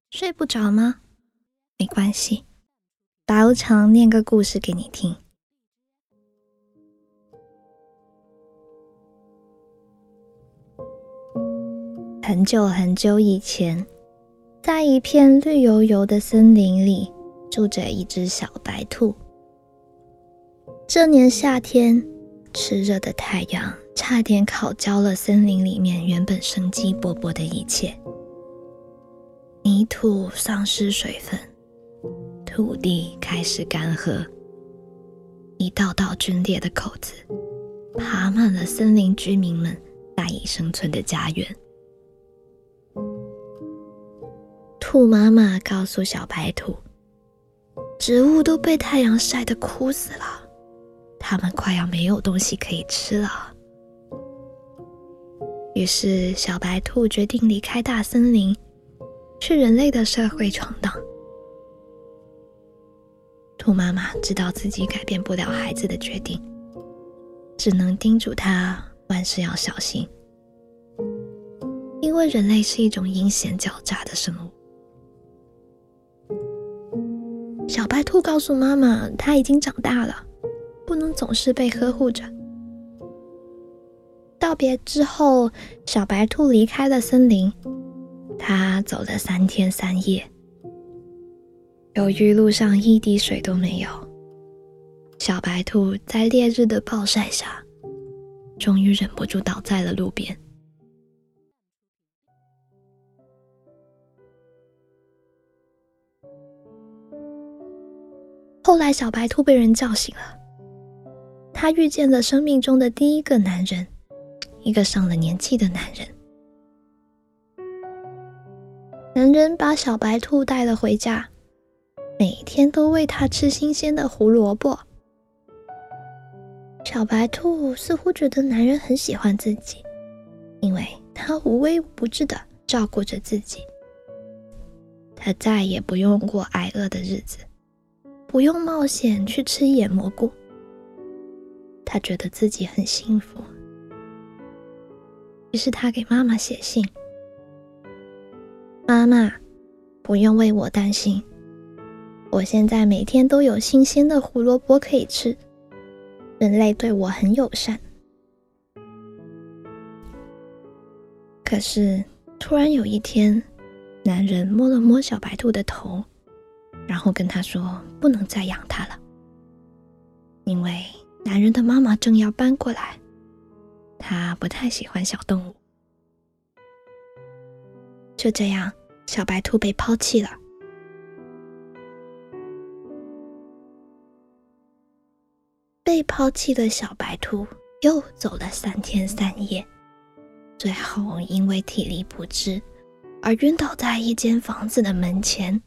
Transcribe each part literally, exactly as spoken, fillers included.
睡不着吗？没关系，打无常念个故事给你听。很久很久以前，在一片绿油油的森林里，住着一只小白兔。这年夏天，炽热的太阳差点烤焦了森林里面原本生机勃勃的一切。泥土丧失水分，土地开始干涸，一道道皲裂的口子爬满了森林居民们赖以生存的家园。兔妈妈告诉小白兔，植物都被太阳晒得枯死了，它们快要没有东西可以吃了。于是小白兔决定离开大森林，去人类的社会闯荡。兔妈妈知道自己改变不了孩子的决定，只能叮嘱他万事要小心，因为人类是一种阴险狡诈的生物。小白兔告诉妈妈，他已经长大了，不能总是被呵护着。道别之后，小白兔离开了森林，它走了三天三夜。由于路上一滴水都没有，小白兔在烈日的暴晒下，终于忍不住倒在了路边。后来小白兔被人叫醒了，他遇见了生命中的第一个男人，一个上了年纪的男人。男人把小白兔带了回家，每天都喂它吃新鲜的胡萝卜。小白兔似乎觉得男人很喜欢自己，因为他无微不至地照顾着自己。他再也不用过挨饿的日子，不用冒险去吃野蘑菇。他觉得自己很幸福，于是他给妈妈写信：妈妈，不用为我担心，我现在每天都有新鲜的胡萝卜可以吃，人类对我很友善。可是突然有一天，男人摸了摸小白兔的头，然后跟他说不能再养它了，因为男人的妈妈正要搬过来，他不太喜欢小动物。就这样，小白兔被抛弃了。被抛弃的小白兔又走了三天三夜，最后因为体力不支而晕倒在一间房子的门前。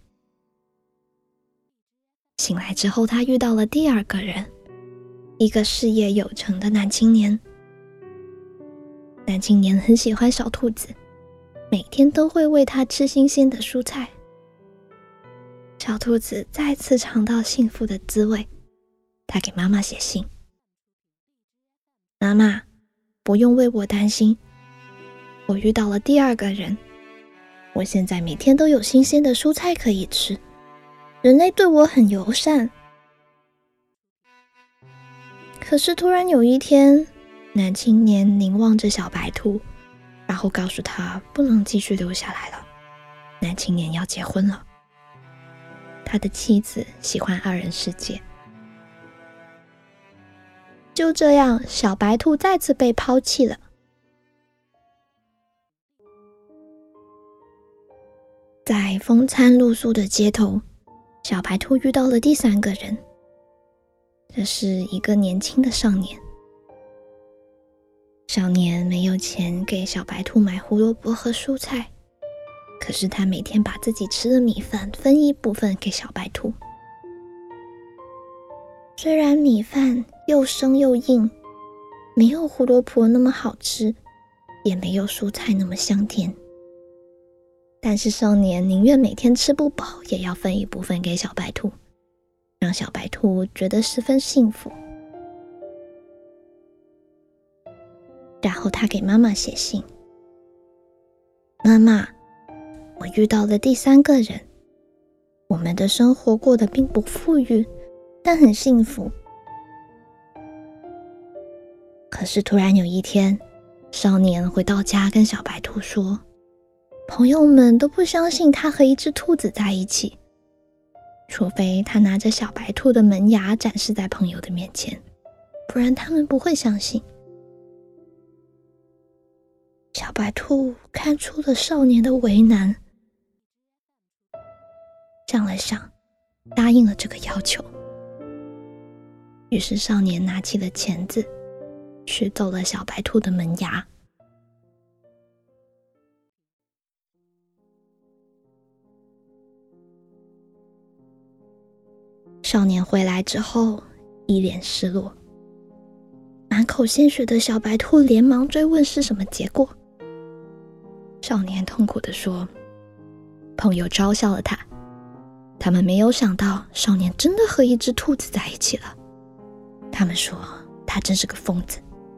醒来之后，他遇到了第二个人，一个事业有成的男青年。男青年很喜欢小兔子，每天都会喂它吃新鲜的蔬菜。小兔子再次尝到幸福的滋味，它给妈妈写信：妈妈，不用为我担心，我遇到了第二个人，我现在每天都有新鲜的蔬菜可以吃，人类对我很友善。可是突然有一天，男青年凝望着小白兔，然后告诉他不能继续留下来了，男青年要结婚了。他的妻子喜欢二人世界。就这样，小白兔再次被抛弃了。在风餐露宿的街头，小白兔遇到了第三个人，这是一个年轻的少年。少年没有钱给小白兔买胡萝卜和蔬菜，可是他每天把自己吃的米饭分一部分给小白兔。虽然米饭又生又硬，没有胡萝卜那么好吃，也没有蔬菜那么香甜，但是少年宁愿每天吃不饱，也要分一部分给小白兔，让小白兔觉得十分幸福。然后他给妈妈写信：妈妈， 我遇到了第三个人，我们的生活过得并不富裕，但很幸福。可是突然有一天，少年回到家跟小白兔说，朋友们都不相信他和一只兔子在一起，除非他拿着小白兔的门牙展示在朋友的面前，不然他们不会相信。小白兔看出了少年的为难，想了想，答应了这个要求。于是少年拿起了钳子，取走了小白兔的门牙。少年回来之后，一脸失落，满口鲜血的小白兔连忙追问是什么结果。少年痛苦地说，朋友嘲笑了他，他们没有想到少年真的和一只兔子在一起了。他们说他真是个疯子。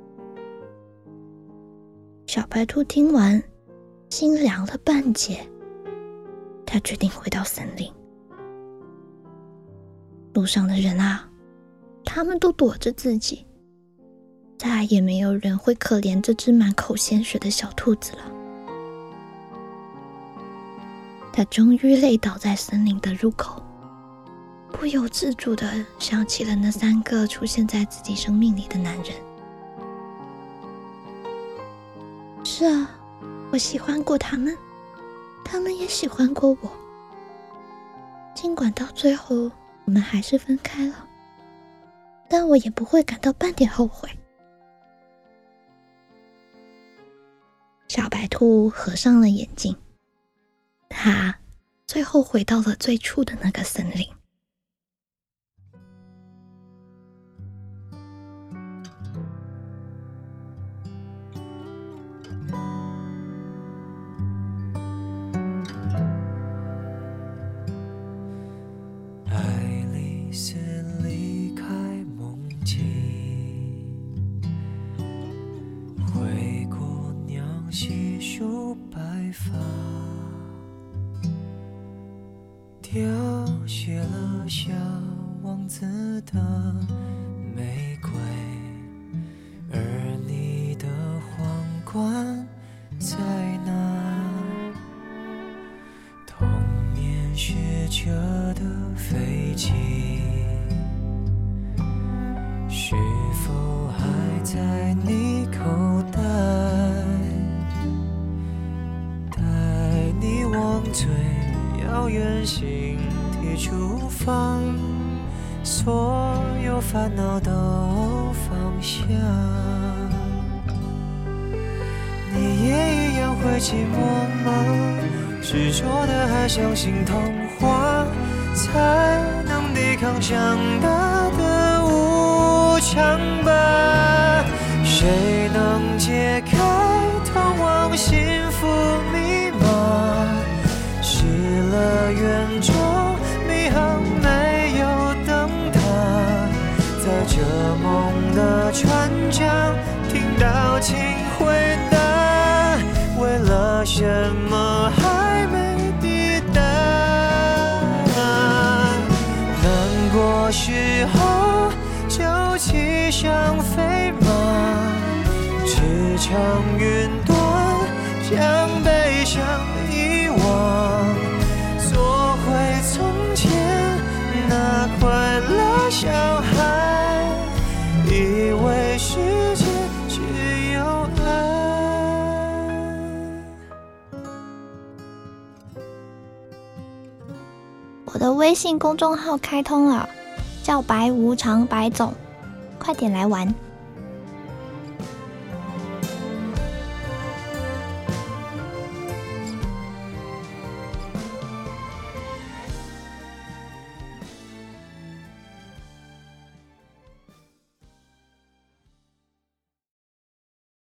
小白兔听完，心凉了半截，他决定回到森林。路上的人啊，他们都躲着自己，再也没有人会可怜这只满口鲜血的小兔子了。他终于累倒在森林的入口，不由自主地想起了那三个出现在自己生命里的男人。是啊，我喜欢过他们，他们也喜欢过我。尽管到最后我们还是分开了，但我也不会感到半点后悔。小白兔合上了眼睛，它最后回到了最初的那个森林。 爱丽丝离开梦境，灰姑娘细数白发，凋谢了小王子的玫瑰，而你的皇冠在哪？童年学着的飞机，是否还在你口袋？带你往最遥远星体出发，所有烦恼都放下。你也一样会寂寞吗？执着的还相信童话，才能抵抗长大的无常吧。谁能解开通往幸福密码？失了园中迷航没有灯塔，在这梦的船桨听到请回答，为了什么还没抵达？难过时候就骑上飞马，驰骋云端，将悲伤遗忘，做回从前那快乐小孩，以为世界只有爱。 我的微信公众号开通了，叫白无常白总，快点来玩。